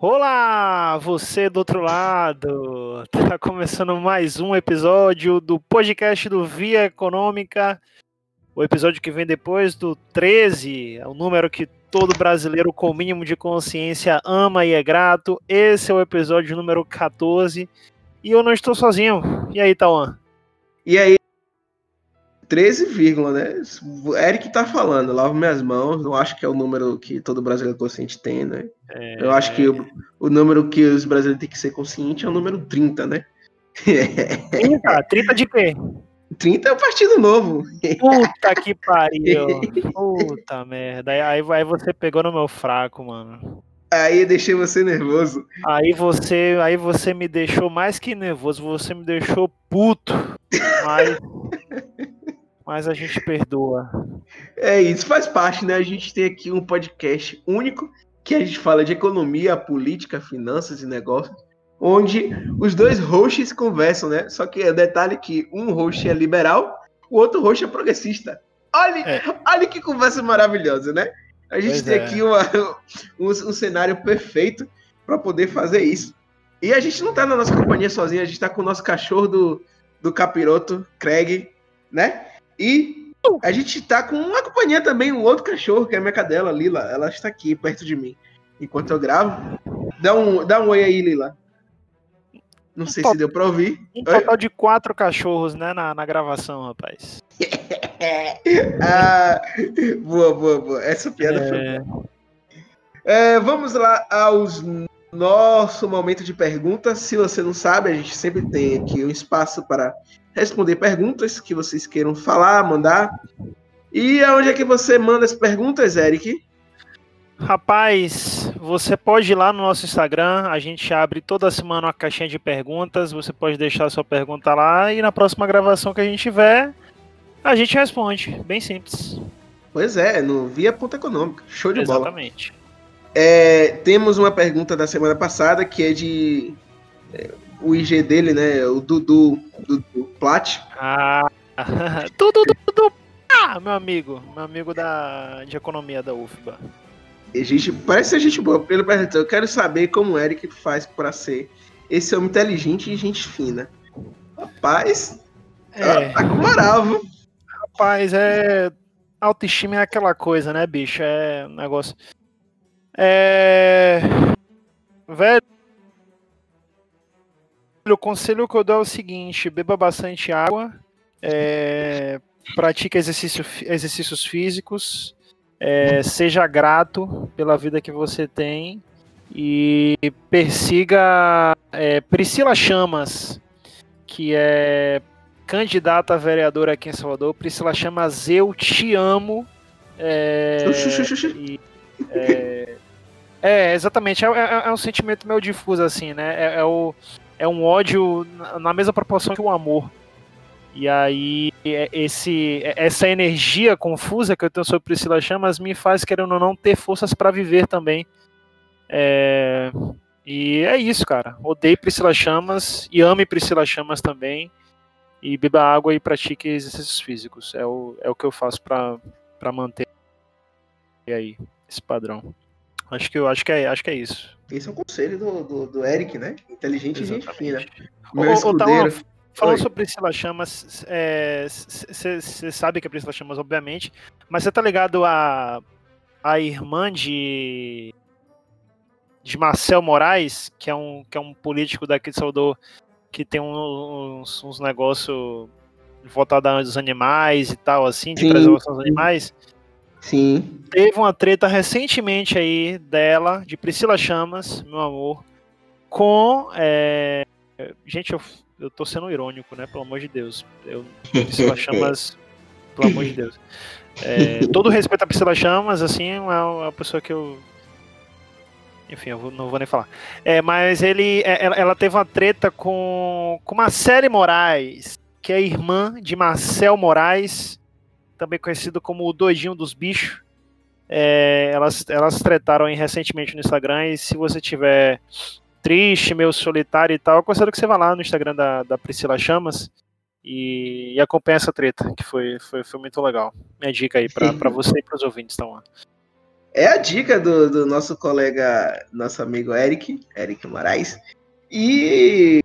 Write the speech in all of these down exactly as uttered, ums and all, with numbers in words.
Olá, você do outro lado. Tá começando mais um episódio do podcast do Via Econômica. O episódio que vem depois do treze, é o número que todo brasileiro com o mínimo de consciência ama e é grato. Esse é o episódio número quatorze e eu não estou sozinho. E aí, Tauan? E aí, treze, né? O Eric tá falando, lavo minhas mãos, não acho que é o número que todo brasileiro consciente tem, né? É... Eu acho que o, o número que os brasileiros têm que ser consciente é o número trinta, né? trinta? trinta de quê? trinta é o Partido Novo. Puta que pariu. Puta merda. Aí, aí você pegou no meu fraco, mano. Aí deixei você nervoso. Aí você, aí você me deixou mais que nervoso, você me deixou puto. Mas, mas a gente perdoa. É isso, faz parte, né? A gente tem aqui um podcast único que a gente fala de economia, política, finanças e negócios, onde os dois hosts conversam, né? Só que é detalhe que um host é liberal, o outro host é progressista. Olha, é. olha que conversa maravilhosa, né? A gente pois tem é. aqui uma, um, um cenário perfeito para poder fazer isso. E a gente não está na nossa companhia sozinho, a gente está com o nosso cachorro do, do capiroto, Craig, né? E a gente está com uma companhia também, um outro cachorro, que é a minha cadela, Lila. Ela está aqui perto de mim enquanto eu gravo. Dá um, dá um oi aí, Lila. Não sei um se deu para ouvir. Um total de quatro cachorros, né, na, na gravação, rapaz. ah, boa, boa, boa. Essa piada é... foi boa. É, vamos lá aos nosso momento de perguntas. Se você não sabe, a gente sempre tem aqui um espaço para responder perguntas que vocês queiram falar, mandar. E aonde é que você manda as perguntas, Eric? Rapaz, você pode ir lá no nosso Instagram, a gente abre toda semana uma caixinha de perguntas, você pode deixar a sua pergunta lá e na próxima gravação que a gente tiver, a gente responde, bem simples. Pois é, no Via Ponto Econômica, show de bola. Exatamente. É, temos uma pergunta da semana passada que é de é, o I G dele, né, o Dudu, Dudu Plat. Ah, Dudu, Dudu, ah, meu amigo, meu amigo da, de economia da U F B A. Gente, parece ser gente boa, pelo perguntar. Eu quero saber como o Eric faz para ser esse homem inteligente e gente fina. Rapaz, é. tá com moral, viu? Rapaz, é. Autoestima é aquela coisa, né, bicho? É um negócio. É. Velho, o conselho que eu dou é o seguinte: beba bastante água, é... pratique exercício, exercícios físicos. É, seja grato pela vida que você tem e persiga é, Priscila Chamas, que é candidata a vereadora aqui em Salvador. Priscila Chamas, eu te amo. É, e, é, é exatamente, é, é, é um sentimento meio difuso assim, né? É, é, o, é um ódio na mesma proporção que o amor. E aí, esse, essa energia confusa que eu tenho sobre Priscila Chamas me faz, querendo ou não, ter forças para viver também. É... E é isso, cara. Odeio Priscila Chamas e ame Priscila Chamas também. E beba água e pratique exercícios físicos. É o, é o que eu faço para manter aí esse padrão. Acho que, eu, acho, que é, acho que é isso. Esse é o conselho do, do, do Eric, né? Inteligente Exatamente. E gente fina. Meu ô, escudeiro... Ô, tá Falando Oi. sobre Priscila Chamas, você é, sabe que é Priscila Chamas, obviamente, mas você tá ligado a, a irmã de, de Marcel Moraes, que é, um, que é um político daqui de Salvador, que tem uns, uns negócios voltados aos animais e tal, assim, de Sim. preservação dos animais? Sim. Teve uma treta recentemente aí dela, de Priscila Chamas, meu amor, com... É, gente, eu... Eu tô sendo irônico, né? Pelo amor de Deus. Eu, Priscila Chamas, pelo amor de Deus. É, todo respeito a Priscila Chamas, assim, é uma pessoa que eu... Enfim, eu vou, não vou nem falar. É, mas ele, ela, ela teve uma treta com, com Marcele Moraes, que é irmã de Marcel Moraes, também conhecido como o Doidinho dos Bichos. É, elas, elas tretaram aí recentemente no Instagram, e se você tiver... triste, meio solitário e tal, eu aconselho que você vá lá no Instagram da, da Priscila Chamas e, e acompanhe essa treta, que foi, foi, foi muito legal. Minha dica aí pra, pra você e pros ouvintes, então. É a dica do, do nosso colega, nosso amigo Eric, Eric Moraes. E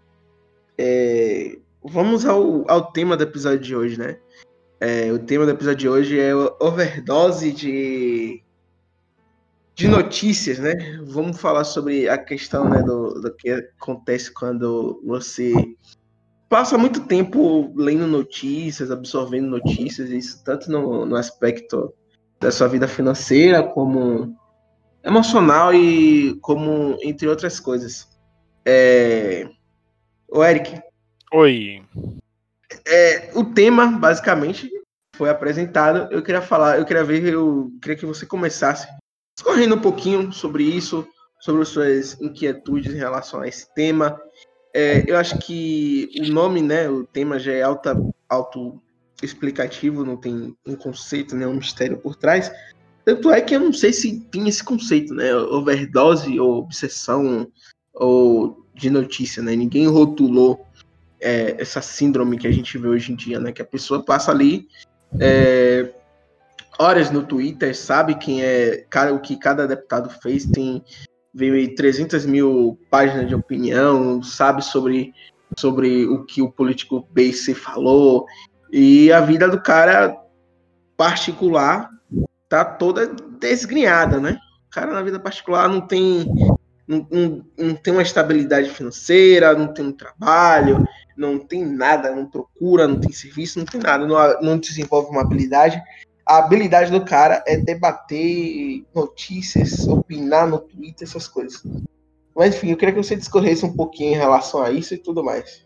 é, vamos ao, ao tema do episódio de hoje, né? É, o tema do episódio de hoje é overdose de, de notícias, né? Vamos falar sobre a questão, né, do, do que acontece quando você passa muito tempo lendo notícias, absorvendo notícias, isso tanto no, no aspecto da sua vida financeira, como emocional e como entre outras coisas. É... O Eric. Oi. É, o tema, basicamente, foi apresentado. Eu queria falar, eu queria ver, eu queria que você começasse discorrendo um pouquinho sobre isso, sobre as suas inquietudes em relação a esse tema. É, eu acho que o nome, né, o tema já é alta, auto-explicativo, não tem um conceito, né, um mistério por trás. Tanto é que eu não sei se tem esse conceito, né, overdose ou obsessão ou de notícia, né? Ninguém rotulou é, essa síndrome que a gente vê hoje em dia, né? Que a pessoa passa ali é, horas no Twitter, sabe quem é, o que cada deputado fez, tem veio trezentas mil páginas de opinião, sabe sobre, sobre o que o político B e C falou, e a vida do cara particular tá toda desgrenhada, né? O cara na vida particular não tem, não, não, não tem uma estabilidade financeira, não tem um trabalho, não tem nada, não procura, não tem serviço, não tem nada, não, não desenvolve uma habilidade. A habilidade do cara é debater notícias, opinar no Twitter, essas coisas. Mas, enfim, eu queria que você discorresse um pouquinho em relação a isso e tudo mais.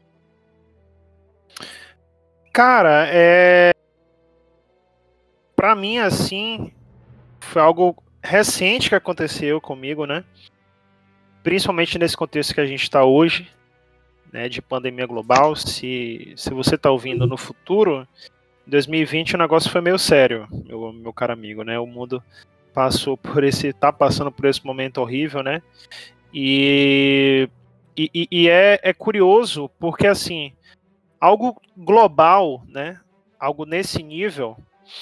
Cara, é... pra mim, assim, foi algo recente que aconteceu comigo, né? Principalmente nesse contexto que a gente está hoje, né, de pandemia global. Se, se você está ouvindo no futuro, em dois mil e vinte o negócio foi meio sério, meu, meu caro amigo, né? O mundo passou por esse, tá passando por esse momento horrível, né? E, e, e é, é curioso porque, assim, algo global, né? Algo nesse nível,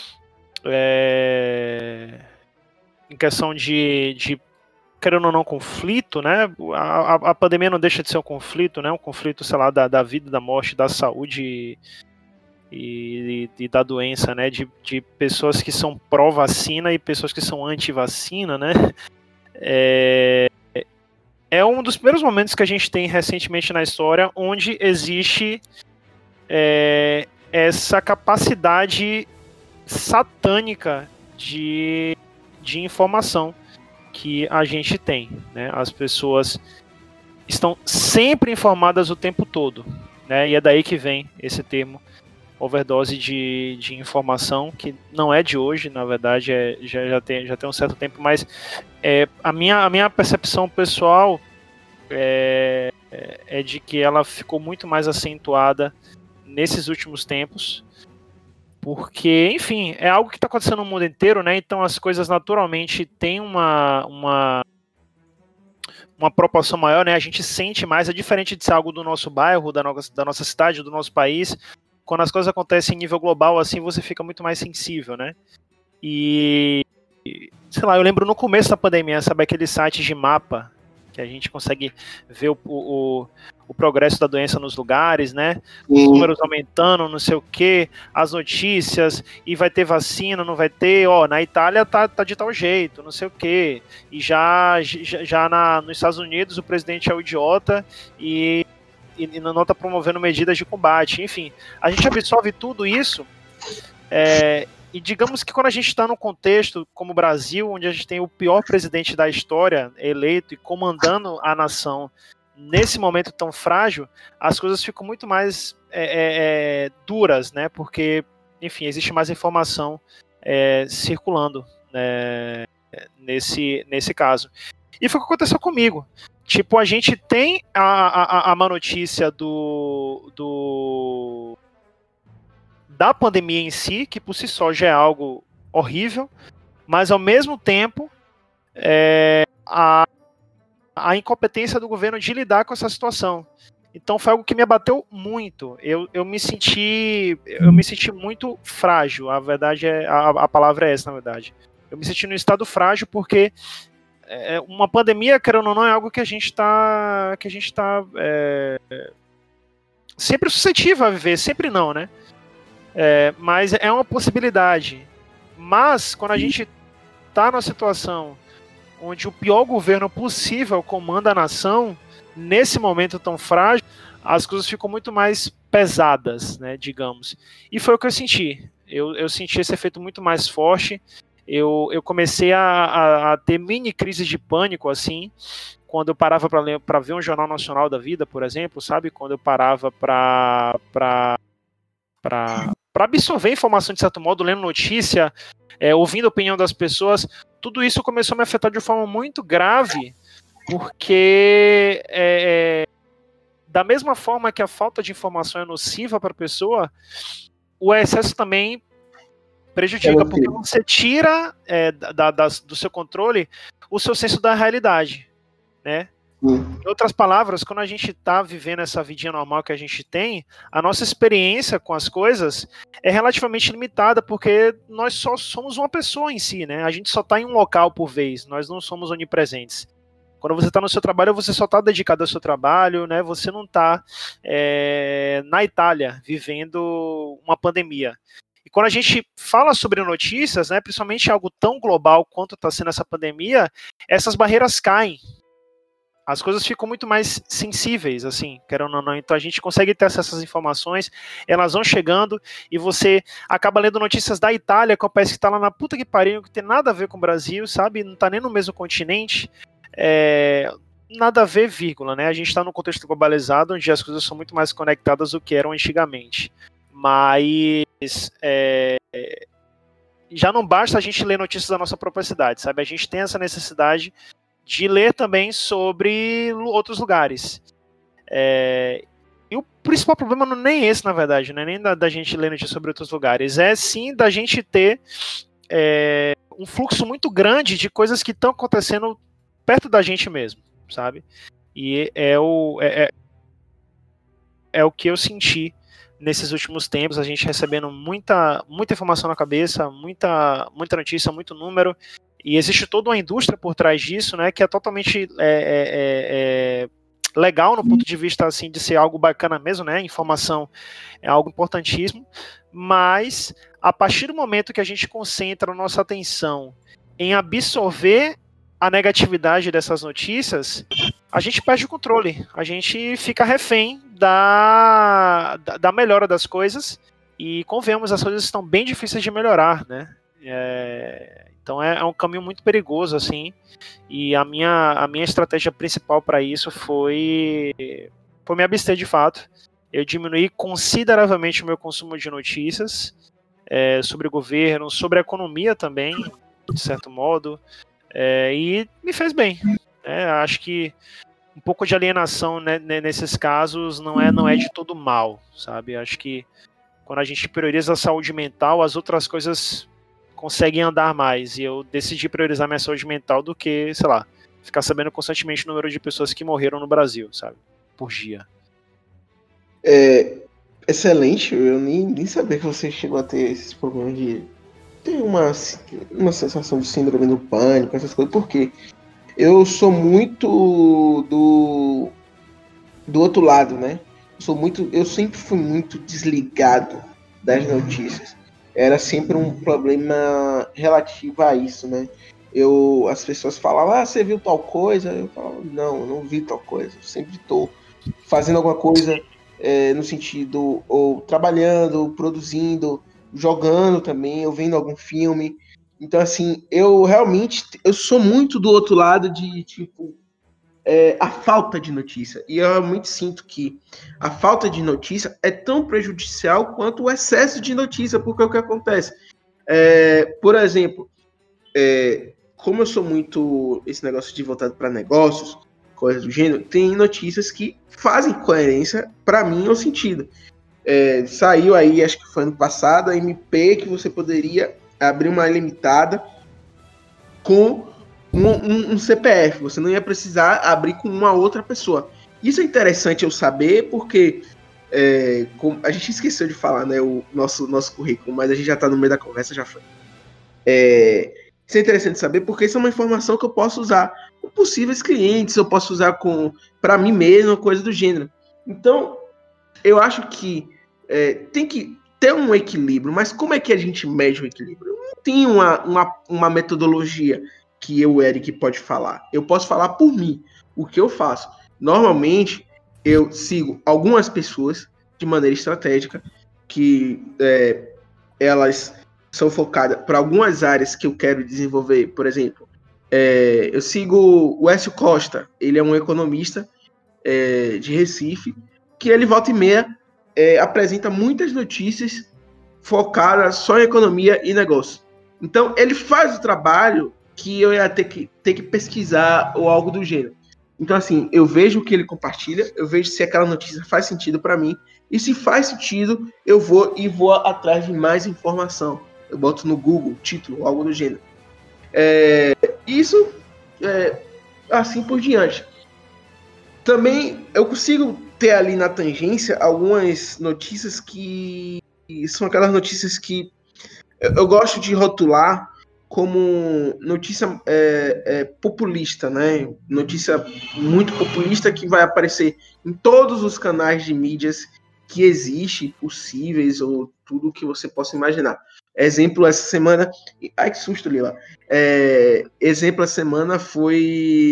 é, em questão de, de querendo ou não, conflito, né? A, a, a pandemia não deixa de ser um conflito, né? Um conflito, sei lá, da, da vida, da morte, da saúde e, e, e da doença, né? De, de pessoas que são pró-vacina e pessoas que são anti-vacina, né? É, é um dos primeiros momentos que a gente tem recentemente na história onde existe é, essa capacidade satânica de, de informação que a gente tem, né? As pessoas estão sempre informadas o tempo todo, né? E é daí que vem esse termo overdose de, de informação, que não é de hoje, na verdade, é, já, já, tem, já tem um certo tempo, mas é, a, minha, a minha percepção pessoal é, é de que ela ficou muito mais acentuada nesses últimos tempos, porque, enfim, é algo que está acontecendo no mundo inteiro, né? Então as coisas naturalmente têm uma, uma, uma proporção maior, né? A gente sente mais, é diferente de ser algo do nosso bairro, da nossa, da nossa cidade, do nosso país. Quando as coisas acontecem em nível global, assim, você fica muito mais sensível, né? E, sei lá, eu lembro no começo da pandemia, sabe, aquele site de mapa, que a gente consegue ver o, o, o progresso da doença nos lugares, né? Os Sim. números aumentando, não sei o quê, as notícias, e vai ter vacina, não vai ter, ó, na Itália tá, tá de tal jeito, não sei o quê. E já, já, já na, nos Estados Unidos o presidente é o idiota e, e não está promovendo medidas de combate. Enfim, a gente absorve tudo isso, é, e digamos que quando a gente está num contexto como o Brasil, onde a gente tem o pior presidente da história eleito e comandando a nação nesse momento tão frágil, as coisas ficam muito mais é, é, duras, né? Porque, enfim, existe mais informação é, circulando, né, nesse, nesse caso. E foi o que aconteceu comigo. Tipo, a gente tem a, a, a má notícia do... do da pandemia em si, que por si só já é algo horrível, mas ao mesmo tempo é, a, a incompetência do governo de lidar com essa situação. Então foi algo que me abateu muito. Eu, eu me senti eu me senti muito frágil. A verdade é a, a palavra é essa, na verdade. Eu eu me senti num estado frágil porque é, uma pandemia, querendo ou não, é algo que a gente está que a gente tá é, sempre suscetível a viver, sempre não, né? É, mas é uma possibilidade. Mas quando a gente está numa situação onde o pior governo possível comanda a nação, nesse momento tão frágil, as coisas ficam muito mais pesadas, né, digamos. E foi o que eu senti. Eu, eu senti esse efeito muito mais forte. Eu, eu comecei a, a, a ter mini crises de pânico, assim, quando eu parava para ver um Jornal Nacional da Vida, por exemplo, sabe? Quando eu parava para para absorver informação de certo modo, lendo notícia, é, ouvindo a opinião das pessoas, tudo isso começou a me afetar de forma muito grave, porque é, da mesma forma que a falta de informação é nociva para a pessoa, o excesso também prejudica, é porque você tira é, da, da, do seu controle o seu senso da realidade, né? Hum. Em outras palavras, quando a gente está vivendo essa vidinha normal que a gente tem, a nossa experiência com as coisas é relativamente limitada, porque nós só somos uma pessoa em si, né? A gente só está em um local por vez, nós não somos onipresentes. Quando você está no seu trabalho, você só está dedicado ao seu trabalho, né? Você não está é, na Itália vivendo uma pandemia. E quando a gente fala sobre notícias, né, principalmente algo tão global quanto está sendo essa pandemia, essas barreiras caem. As coisas ficam muito mais sensíveis, assim, querendo ou não. Então a gente consegue ter acesso a essas informações, elas vão chegando e você acaba lendo notícias da Itália, que parece que tá lá na puta que pariu, que tem nada a ver com o Brasil, sabe? Não tá nem no mesmo continente. É... Nada a ver, vírgula, né? A gente tá num contexto globalizado, onde as coisas são muito mais conectadas do que eram antigamente. Mas... É... já não basta a gente ler notícias da nossa própria cidade, sabe? A gente tem essa necessidade de ler também sobre outros lugares. É, e o principal problema não é nem esse, na verdade, não é nem da, da gente ler notícias sobre outros lugares, é sim da gente ter é, um fluxo muito grande de coisas que estão acontecendo perto da gente mesmo, sabe? E é o, é, é, é o que eu senti nesses últimos tempos, a gente recebendo muita, muita informação na cabeça, muita, muita notícia, muito número. E existe toda uma indústria por trás disso, né, que é totalmente é, é, é, legal no ponto de vista assim, de ser algo bacana mesmo, né? Informação é algo importantíssimo, mas a partir do momento que a gente concentra a nossa atenção em absorver a negatividade dessas notícias, a gente perde o controle, a gente fica refém da, da, da melhora das coisas, e convenhamos, as coisas estão bem difíceis de melhorar, né? É, então é, é um caminho muito perigoso, assim, e a minha, a minha estratégia principal para isso foi, foi me abster de fato. Eu diminuí consideravelmente o meu consumo de notícias é, sobre o governo, sobre a economia também, de certo modo, é, e me fez bem. Né? Acho que um pouco de alienação, né, nesses casos não é, não é de todo mal, sabe? Acho que quando a gente prioriza a saúde mental, as outras coisas conseguem andar mais, e eu decidi priorizar minha saúde mental do que, sei lá, ficar sabendo constantemente o número de pessoas que morreram no Brasil, sabe, por dia. É excelente, eu nem, nem sabia que você chegou a ter esses problemas de ter uma, uma sensação de síndrome do pânico, essas coisas, porque eu sou muito do do outro lado, né? Eu sou muito, eu sempre fui muito desligado das notícias. Era sempre um problema relativo a isso, né? Eu, as pessoas falavam, ah, você viu tal coisa? Eu falava, não, eu não vi tal coisa. Eu sempre estou fazendo alguma coisa é, no sentido, ou trabalhando, produzindo, jogando também, ou vendo algum filme. Então, assim, eu realmente, eu sou muito do outro lado de, tipo, é, a falta de notícia. E eu realmente sinto que a falta de notícia é tão prejudicial quanto o excesso de notícia, porque é o que acontece. É, por exemplo, é, como eu sou muito esse negócio de voltado para negócios, coisas do gênero, tem notícias que fazem coerência para mim no sentido. É, saiu aí, acho que foi ano passado, a M P que você poderia abrir uma limitada com Um, um, um C P F, você não ia precisar abrir com uma outra pessoa. Isso é interessante eu saber, porque é, com, a gente esqueceu de falar, né, o nosso, nosso currículo, mas a gente já está no meio da conversa, já foi. É, Isso é interessante saber, porque isso é uma informação que eu posso usar com possíveis clientes, eu posso usar com para mim mesmo, coisa do gênero. Então, eu acho que é, tem que ter um equilíbrio, mas como é que a gente mede o equilíbrio? Não tem uma, uma, uma metodologia que eu, Eric, pode falar. Eu posso falar por mim, o que eu faço. Normalmente, eu sigo algumas pessoas de maneira estratégica, que é, elas são focadas para algumas áreas que eu quero desenvolver. Por exemplo, é, eu sigo o Écio Costa, ele é um economista é, de Recife, que ele volta e meia é, apresenta muitas notícias focadas só em economia e negócio. Então, ele faz o trabalho que eu ia ter que, ter que pesquisar ou algo do gênero. Então, assim, eu vejo o que ele compartilha, eu vejo se aquela notícia faz sentido para mim, e se faz sentido, eu vou e vou atrás de mais informação. Eu boto no Google, título, algo do gênero. É, isso, é, assim por diante. Também eu consigo ter ali na tangência algumas notícias que são aquelas notícias que eu, eu gosto de rotular como notícia é, é, populista, né? Notícia muito populista que vai aparecer em todos os canais de mídias que existem, possíveis, ou tudo que você possa imaginar. Exemplo, essa semana... Ai, que susto, Lila. É, exemplo, essa semana foi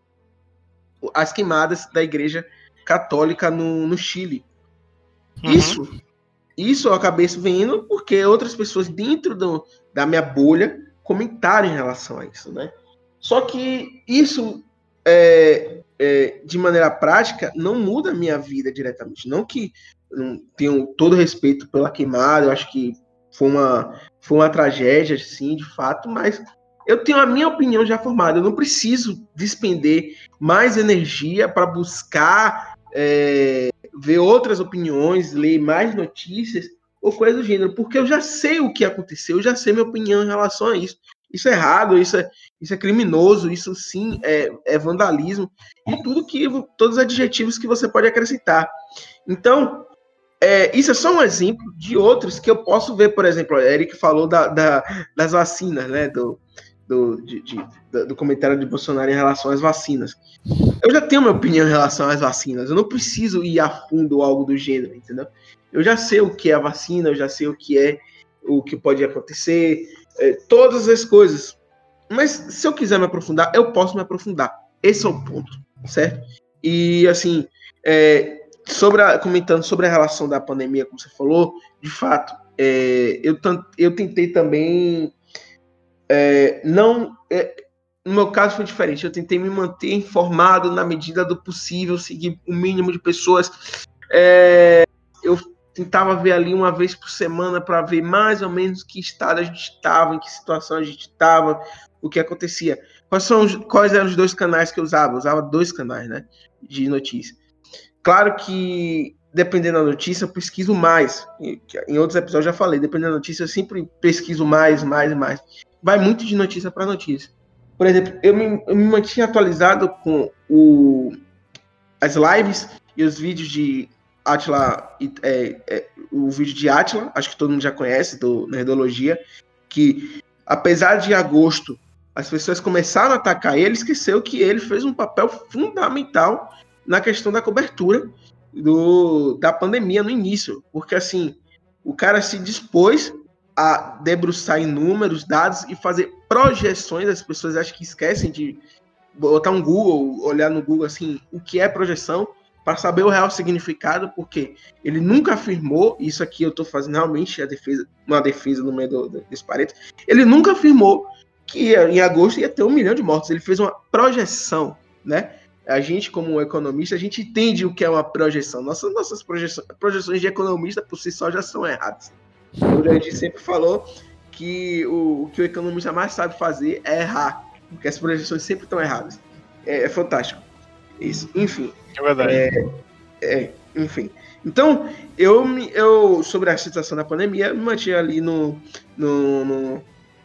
as queimadas da Igreja Católica no, no Chile. Uhum. Isso, isso eu acabei vendo porque outras pessoas dentro do, da minha bolha comentaram em relação a isso, né? Só que isso, é, é, de maneira prática, não muda a minha vida diretamente. Não que não tenho todo respeito pela queimada, eu acho que foi uma, foi uma tragédia, sim, de fato, mas eu tenho a minha opinião já formada. Eu não preciso despender mais energia para buscar é, ver outras opiniões, ler mais notícias ou coisa do gênero, porque eu já sei o que aconteceu, eu já sei minha opinião em relação a isso. Isso é errado, isso é, isso é criminoso, isso sim é, é vandalismo, e tudo que, todos os adjetivos que você pode acrescentar. Então, é, isso é só um exemplo de outros que eu posso ver, por exemplo, o Eric falou da, da, das vacinas, né, do, do, de, de, do comentário de Bolsonaro em relação às vacinas. Eu já tenho minha opinião em relação às vacinas, eu não preciso ir a fundo ou algo do gênero, entendeu? Eu já sei o que é a vacina, eu já sei o que é, o que pode acontecer, é, todas as coisas. Mas se eu quiser me aprofundar, eu posso me aprofundar. Esse é o ponto, certo? E, assim, é, sobre a, comentando sobre a relação da pandemia, como você falou, de fato, é, eu, eu tentei também é, não... É, no meu caso foi diferente, eu tentei me manter informado na medida do possível, seguir o mínimo de pessoas. É, eu tentava ver ali uma vez por semana para ver mais ou menos que estado a gente estava, em que situação a gente estava, o que acontecia. Quais, são os, quais eram os dois canais que eu usava? Eu usava dois canais, né, de notícia. Claro que, dependendo da notícia, eu pesquiso mais. Em outros episódios eu já falei, dependendo da notícia, eu sempre pesquiso mais, mais e mais. Vai muito de notícia para notícia. Por exemplo, eu me, eu me mantinha atualizado com o, as lives e os vídeos de Átila, é, é, o vídeo de Átila, acho que todo mundo já conhece, do Nerdologia, que apesar de agosto as pessoas começaram a atacar ele, esqueceu que ele fez um papel fundamental na questão da cobertura do, da pandemia no início, porque assim, o cara se dispôs a debruçar em números, dados e fazer projeções. As pessoas acho que esquecem de botar um Google, olhar no Google assim, o que é projeção, para saber o real significado, porque ele nunca afirmou, isso aqui eu estou fazendo realmente a defesa, uma defesa no meio do, desse parênteses, ele nunca afirmou que em agosto ia ter um milhão de mortos, ele fez uma projeção, né? A gente, como economista, a gente entende o que é uma projeção. Nossas, nossas projeções, projeções de economista por si só já são erradas. O Jandir sempre falou que o, o que o economista mais sabe fazer é errar, porque as projeções sempre estão erradas. É, é fantástico. Isso, enfim. É verdade. É, é, enfim. Então, eu, eu, sobre a situação da pandemia, me mantinha ali no, no, no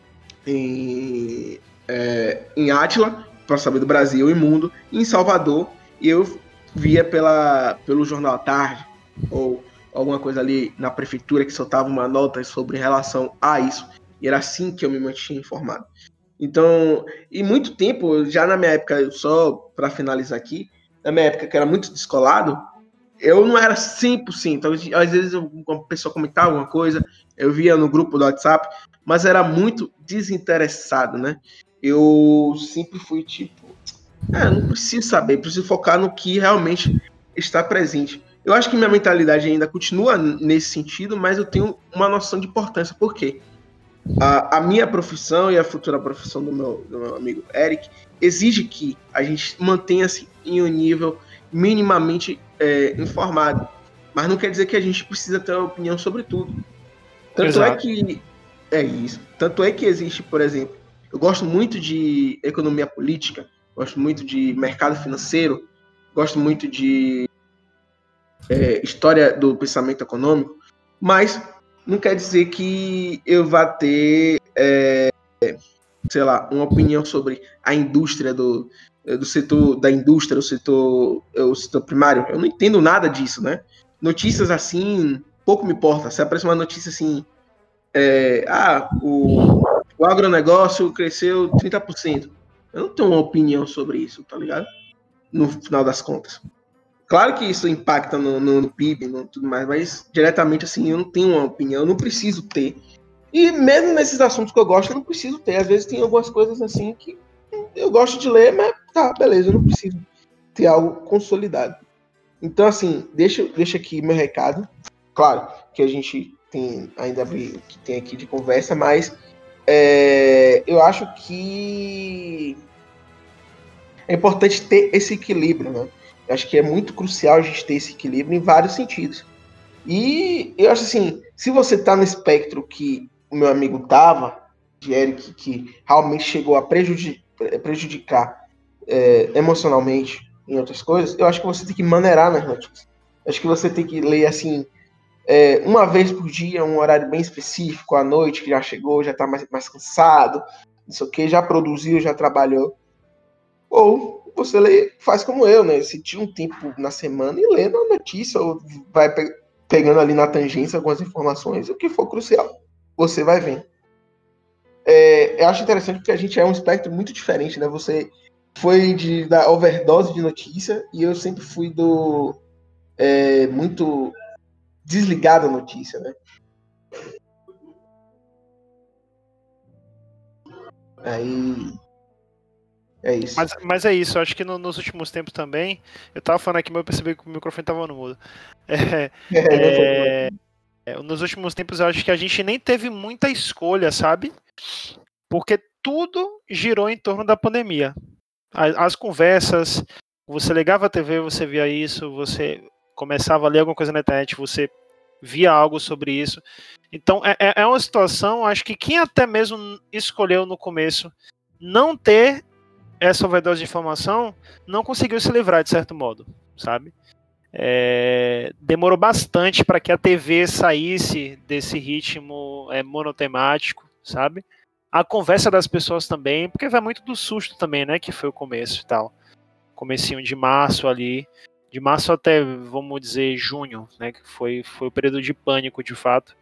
em, é, em Átila, para saber do Brasil e mundo, e em Salvador, e eu via pela, pelo Jornal à Tarde, ou alguma coisa ali na prefeitura que soltava uma nota sobre relação a isso. E era assim que eu me mantinha informado. Então, e muito tempo, já na minha época, só para finalizar aqui, na minha época que era muito descolado, eu não era cem por cento. Às vezes uma pessoa comentava alguma coisa, eu via no grupo do WhatsApp, mas era muito desinteressado, né? Eu sempre fui tipo, é, não preciso saber, preciso focar no que realmente está presente. Eu acho que minha mentalidade ainda continua nesse sentido, mas eu tenho uma noção de importância. Por quê? A, a minha profissão e a futura profissão do meu, do meu amigo Eric exige que a gente mantenha-se em um nível minimamente é, informado. Mas não quer dizer que a gente precisa ter uma opinião sobre tudo. Tanto Exato. é que é isso. Tanto é que existe, por exemplo, eu gosto muito de economia política, gosto muito de mercado financeiro, gosto muito de é, história do pensamento econômico, mas não quer dizer que eu vá ter, é, sei lá, uma opinião sobre a indústria do, do setor da indústria, o setor, o setor primário. Eu não entendo nada disso, né? Notícias assim, pouco me importa. Se aparece uma notícia assim, é, ah, o, o agronegócio cresceu trinta por cento. Eu não tenho uma opinião sobre isso, tá ligado? No final das contas. Claro que isso impacta no, no, no P I B e no tudo mais, mas diretamente assim, eu não tenho uma opinião, eu não preciso ter. E mesmo nesses assuntos que eu gosto, eu não preciso ter. Às vezes tem algumas coisas assim que eu gosto de ler, mas tá, beleza, eu não preciso ter algo consolidado. Então, assim, deixa, deixa aqui meu recado. Claro que a gente tem ainda ver o que tem aqui de conversa, mas é, eu acho que é importante ter esse equilíbrio, né? Eu acho que é muito crucial a gente ter esse equilíbrio em vários sentidos. E eu acho assim, se você tá no espectro que o meu amigo tava, de Eric, que realmente chegou a prejudicar, prejudicar é, emocionalmente em outras coisas, eu acho que você tem que maneirar nas notícias. Eu acho que você tem que ler assim, é, uma vez por dia, um horário bem específico, à noite, que já chegou, já tá mais, mais cansado, não sei o que, já produziu, já trabalhou. Ou você lê, faz como eu, né? Se tira um tempo na semana e lê na notícia, ou vai pe- pegando ali na tangência algumas informações, o que for crucial, você vai vendo. É, eu acho interessante porque a gente é um espectro muito diferente, né? Você foi de, da overdose de notícia e eu sempre fui do é, muito desligado da notícia, né? Aí é isso. Mas, mas é isso, eu acho que no, nos últimos tempos também, eu tava falando aqui, mas eu percebi que o microfone tava no mudo. É, é, é, nos últimos tempos eu acho que a gente nem teve muita escolha, sabe? Porque tudo girou em torno da pandemia. As, as conversas, você ligava a T V, você via isso, você começava a ler alguma coisa na internet, você via algo sobre isso. Então é, é uma situação, acho que quem até mesmo escolheu no começo não ter essa overdose de informação, não conseguiu se livrar de certo modo, sabe? É, demorou bastante para que a T V saísse desse ritmo é, monotemático, sabe? A conversa das pessoas também, porque vai muito do susto também, né? Que foi o começo e tal. Comecinho de março ali, de março até, vamos dizer, junho, né? Que foi, foi o período de pânico, de fato.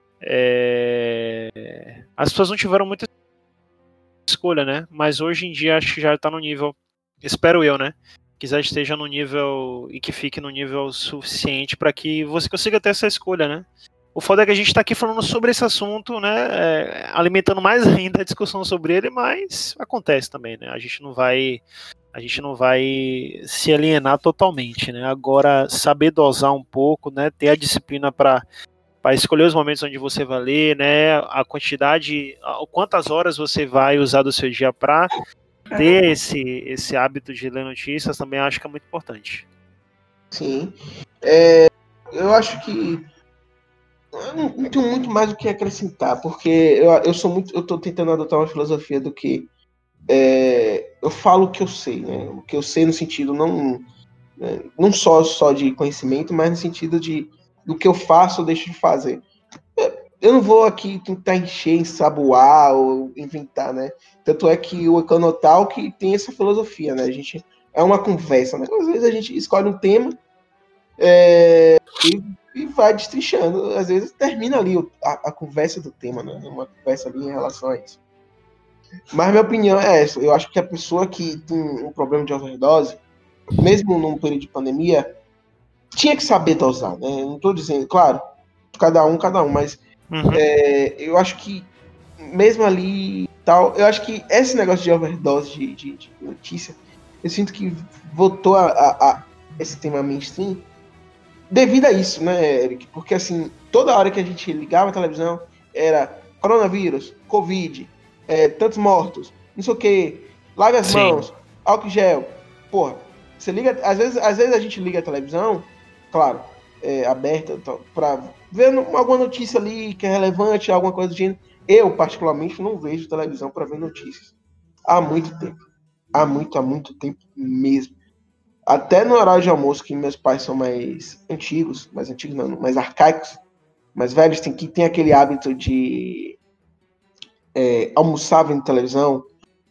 É, as pessoas não tiveram muita escolha, né? Mas hoje em dia acho que já está no nível, espero eu, né? Que já esteja no nível e que fique no nível suficiente para que você consiga ter essa escolha, né? O foda é que a gente está aqui falando sobre esse assunto, né? É, alimentando mais ainda a discussão sobre ele, mas acontece também, né? A gente não vai, a gente não vai se alienar totalmente, né? Agora saber dosar um pouco, né? Ter a disciplina para para escolher os momentos onde você vai ler, né? A quantidade, quantas horas você vai usar do seu dia para ter esse, esse hábito de ler notícias, também acho que é muito importante. Sim. É, eu acho que eu não, não tenho muito mais o que acrescentar, porque eu, eu sou muito. Eu tô tentando adotar uma filosofia do que é, eu falo o que eu sei, né? O que eu sei no sentido não, né, não só, só de conhecimento, mas no sentido de do que eu faço ou deixo de fazer. Eu não vou aqui tentar encher, ensaboar ou inventar, né? Tanto é que o Econotalk tem essa filosofia, né? A gente é uma conversa, né? Às vezes a gente escolhe um tema é, e, e vai destrinchando. Às vezes termina ali a, a conversa do tema, né? Uma conversa ali em relação a isso. Mas minha opinião é essa. Eu acho que a pessoa que tem um problema de overdose, mesmo num período de pandemia, tinha que saber dosar, né? Eu não estou dizendo, claro, cada um, cada um, mas uhum. é, eu acho que mesmo ali tal, eu acho que esse negócio de overdose de, de, de notícia, eu sinto que voltou a, a, a esse tema mainstream devido a isso, né, Eric? Porque assim, toda hora que a gente ligava a televisão era coronavírus, Covid, é, tantos mortos, não sei o que, lave as Sim. mãos, álcool gel. Porra, você liga, às vezes, às vezes a gente liga a televisão, claro, é, aberta, para ver alguma notícia ali que é relevante, alguma coisa do gênero. Eu, particularmente, não vejo televisão para ver notícias. Há muito tempo. Há muito, há muito tempo mesmo. Até no horário de almoço, que meus pais são mais antigos, mais antigos não, mais arcaicos, mais velhos, tem, que tem aquele hábito de é, almoçar vendo televisão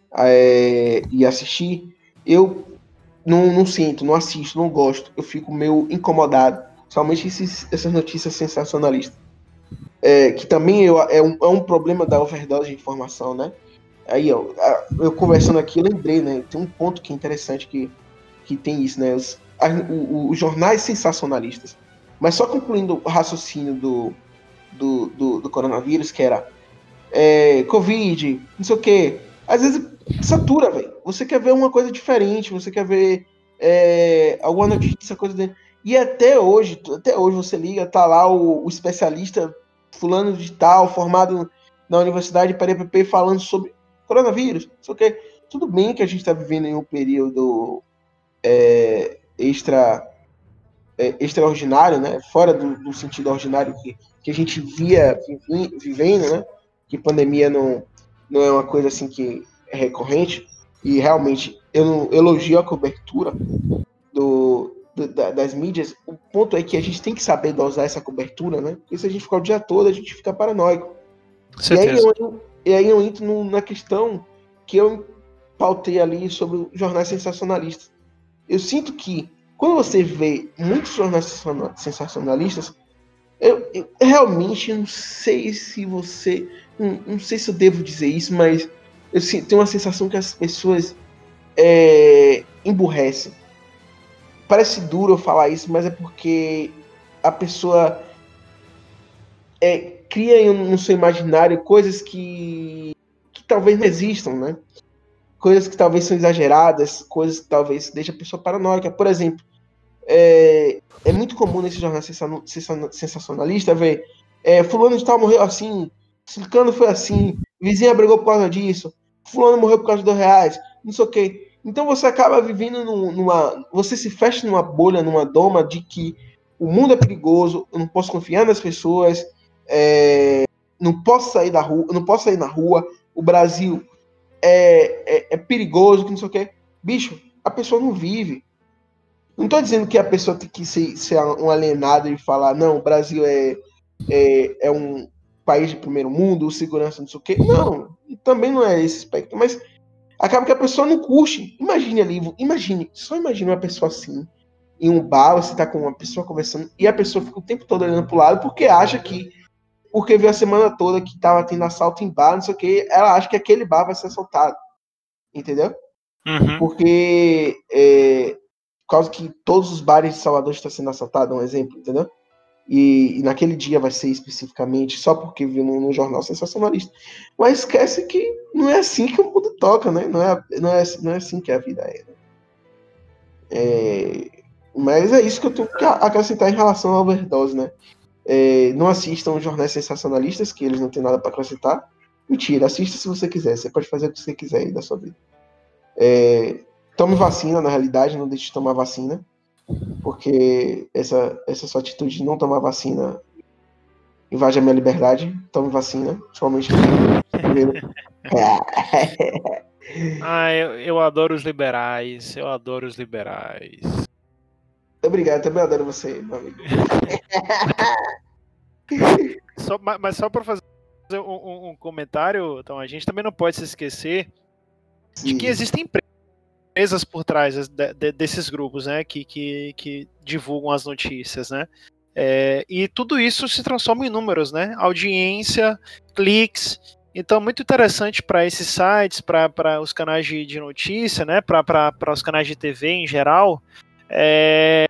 é, e assistir, eu não, não sinto, não assisto, não gosto. Eu fico meio incomodado. Somente esses, essas notícias sensacionalistas. É, que também eu, é, um, é um problema da overdose de informação, né? Aí, ó, eu conversando aqui, eu lembrei, né? Tem um ponto que é interessante que, que tem isso, né? Os, a, o, os jornais sensacionalistas. Mas só concluindo o raciocínio do, do, do, do coronavírus, que era é, Covid, não sei o quê. Às vezes satura, velho. Você quer ver uma coisa diferente, você quer ver é, alguma notícia, coisa dentro. E até hoje, até hoje você liga, tá lá o, o especialista fulano de tal, formado na Universidade de P falando sobre coronavírus, não sei o quê. Tudo bem que a gente está vivendo em um período é, extra é, extraordinário, né? Fora do, do sentido ordinário que, que a gente via vive, vivendo, né? Que pandemia não, não é uma coisa assim que é recorrente. E realmente eu não elogio a cobertura do, do, da, das mídias. O ponto é que a gente tem que saber dosar essa cobertura, né? Porque se a gente ficar o dia todo, a gente fica paranoico. E aí, eu, e aí eu entro no, na questão que eu pautei ali sobre os jornais sensacionalistas. Eu sinto que quando você vê muitos jornais sensacionalistas, eu, eu realmente não sei se você... Não, não sei se eu devo dizer isso, mas eu tenho uma sensação que as pessoas é, emburrecem. Parece duro eu falar isso, mas é porque a pessoa é, cria no seu imaginário coisas que, que talvez não existam, né? Coisas que talvez são exageradas, coisas que talvez deixem a pessoa paranoica. Por exemplo, é, é muito comum nesse jornal sensacionalista ver é, fulano de tal morreu assim, ciclano foi assim, vizinha brigou por causa disso, fulano morreu por causa de dois reais, não sei o quê. Então você acaba vivendo numa... Você se fecha numa bolha, numa doma de que o mundo é perigoso, eu não posso confiar nas pessoas, é, não posso sair da rua, eu não posso sair na rua, o Brasil é, é, é perigoso, que não sei o quê. Bicho, a pessoa não vive. Não estou dizendo que a pessoa tem que ser, ser um alienado e falar, não, o Brasil é, é, é um país de primeiro mundo, segurança, não sei o quê. Não, também não é esse aspecto. Mas acaba que a pessoa não curte. Imagine ali, imagine, só imagine uma pessoa assim, em um bar, você está com uma pessoa conversando e a pessoa fica o tempo todo olhando para o lado porque acha que, porque viu a semana toda que estava tendo assalto em bar, não sei o quê, ela acha que aquele bar vai ser assaltado. Entendeu? Uhum. Porque... É, por causa que todos os bares de Salvador estão sendo assaltados, um exemplo, entendeu? E, e naquele dia vai ser especificamente só porque viu no, no jornal sensacionalista. Mas esquece que não é assim que o mundo toca, né? Não é, não é, não é assim que a vida é, né? É, mas é isso que eu tenho que acrescentar em relação à overdose, né? É, não assistam jornais sensacionalistas, que eles não têm nada para acrescentar. Mentira, assista se você quiser. Você pode fazer o que você quiser aí da sua vida. É, tome vacina, na realidade, não deixe de tomar vacina, porque essa, essa sua atitude de não tomar vacina invade a minha liberdade. Tome vacina, principalmente Ah, eu, eu adoro os liberais, eu adoro os liberais. Obrigado, também adoro você, meu amigo. Só, mas só para fazer um, um, um comentário, então, a gente também não pode se esquecer Sim. de que existem empresas por trás de, de, desses grupos, né, que, que, que divulgam as notícias, né, é, e tudo isso se transforma em números, né, audiência, cliques. Então, muito interessante para esses sites, para os canais de, de notícia, né, para os canais de T V em geral, é,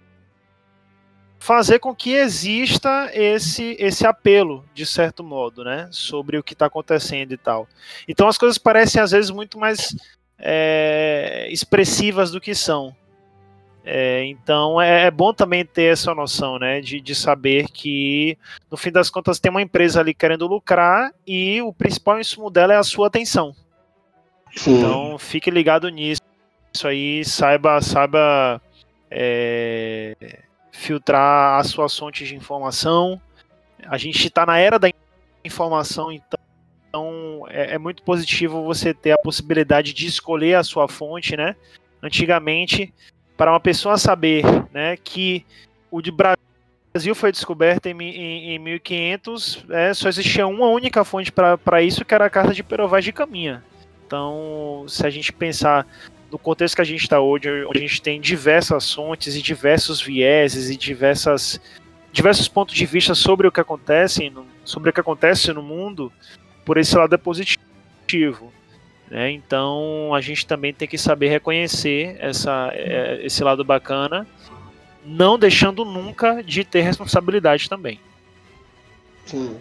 fazer com que exista esse, esse apelo, de certo modo, né, sobre o que está acontecendo e tal. Então, as coisas parecem, às vezes, muito mais é, expressivas do que são. É, então é, é bom também ter essa noção, né, de, de saber que no fim das contas tem uma empresa ali querendo lucrar e o principal insumo dela é a sua atenção. Sim. Então fique ligado nisso aí, saiba, saiba é, filtrar as suas fontes de informação. A gente está na era da informação, então é, é muito positivo você ter a possibilidade de escolher a sua fonte, né? Antigamente, para uma pessoa saber, né, que o de Brasil foi descoberto em, em, em mil e quinhentos, é, só existia uma única fonte para isso, que era a carta de Pero-Vaz de Caminha. Então, se a gente pensar no contexto que a gente está hoje, onde a gente tem diversas fontes e diversos vieses e diversas, diversos pontos de vista sobre o que acontece, no, sobre o que acontece no mundo, por esse lado é positivo. Né? Então a gente também tem que saber reconhecer essa, esse lado bacana, não deixando nunca de ter responsabilidade também. Sim.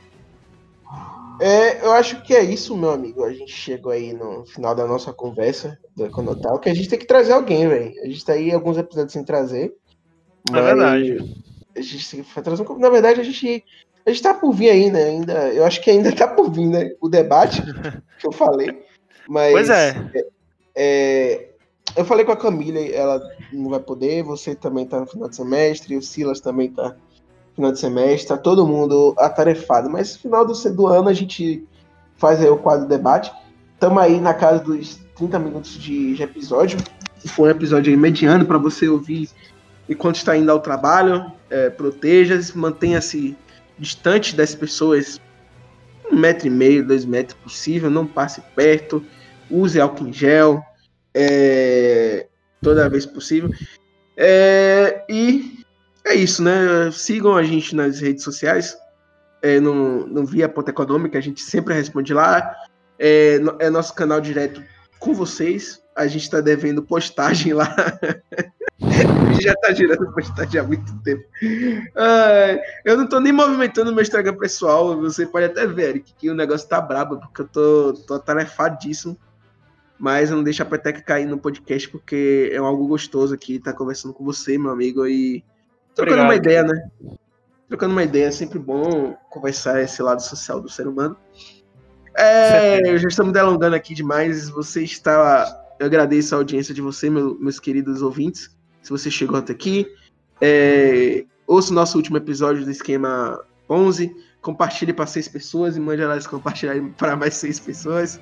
É, eu acho que é isso, meu amigo. A gente chegou aí no final da nossa conversa do Econotal, que a gente tem que trazer alguém, velho. A gente tá aí alguns episódios sem trazer. É verdade. A gente tem que trazer um... Na verdade, a gente, a gente tá por vir aí, né? Ainda, eu acho que ainda tá por vir, né? O debate que eu falei. Mas, pois é. é, é. Eu falei com a Camila, ela não vai poder, você também tá no final de semestre, o Silas também tá no final de semestre, tá todo mundo atarefado. Mas no final do, do ano a gente faz aí o quadro debate. Estamos aí na casa dos trinta minutos de, de episódio. Foi um episódio aí mediano para você ouvir enquanto está indo ao trabalho. É, proteja-se, mantenha-se distante das pessoas, um metro e meio, dois metros possível, não passe perto, use álcool em gel é, toda vez possível. É, e é isso, né? Sigam a gente nas redes sociais, é, no, no Via Ponta Econômica, a gente sempre responde lá. É, é nosso canal direto com vocês. A gente está devendo postagem lá. A gente já está girando postagem há muito tempo. Ah, eu não estou nem movimentando o meu Instagram pessoal. Você pode até ver, Eric, que o negócio tá brabo, porque eu tô, tô atarefadíssimo. Mas eu não deixo a peteca cair no podcast, porque é algo gostoso aqui estar tá conversando com você, meu amigo, e trocando Obrigado, uma ideia, cara. né? Trocando uma ideia, é sempre bom conversar esse lado social do ser humano. É, já estamos delongando aqui demais. Você está... Eu agradeço a audiência de você, meu, meus queridos ouvintes. Se você chegou até aqui, é, ouça o nosso último episódio do Esquema onze, compartilhe para seis pessoas e mande elas compartilharem para mais seis pessoas.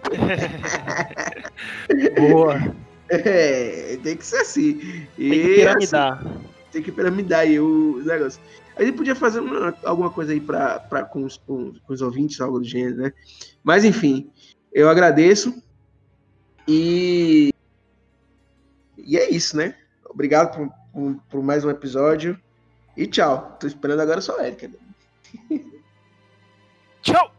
Boa. É, tem que ser assim. Tem que piramidar. Assim, tem que piramidar aí o negócio. A gente podia fazer uma, alguma coisa aí pra, pra, com, os, com, com os ouvintes, algo do gênero, né? Mas, enfim, eu agradeço. E, e é isso, né? Obrigado por, por, por mais um episódio. E tchau. Tô esperando agora só a Erika. Tchau!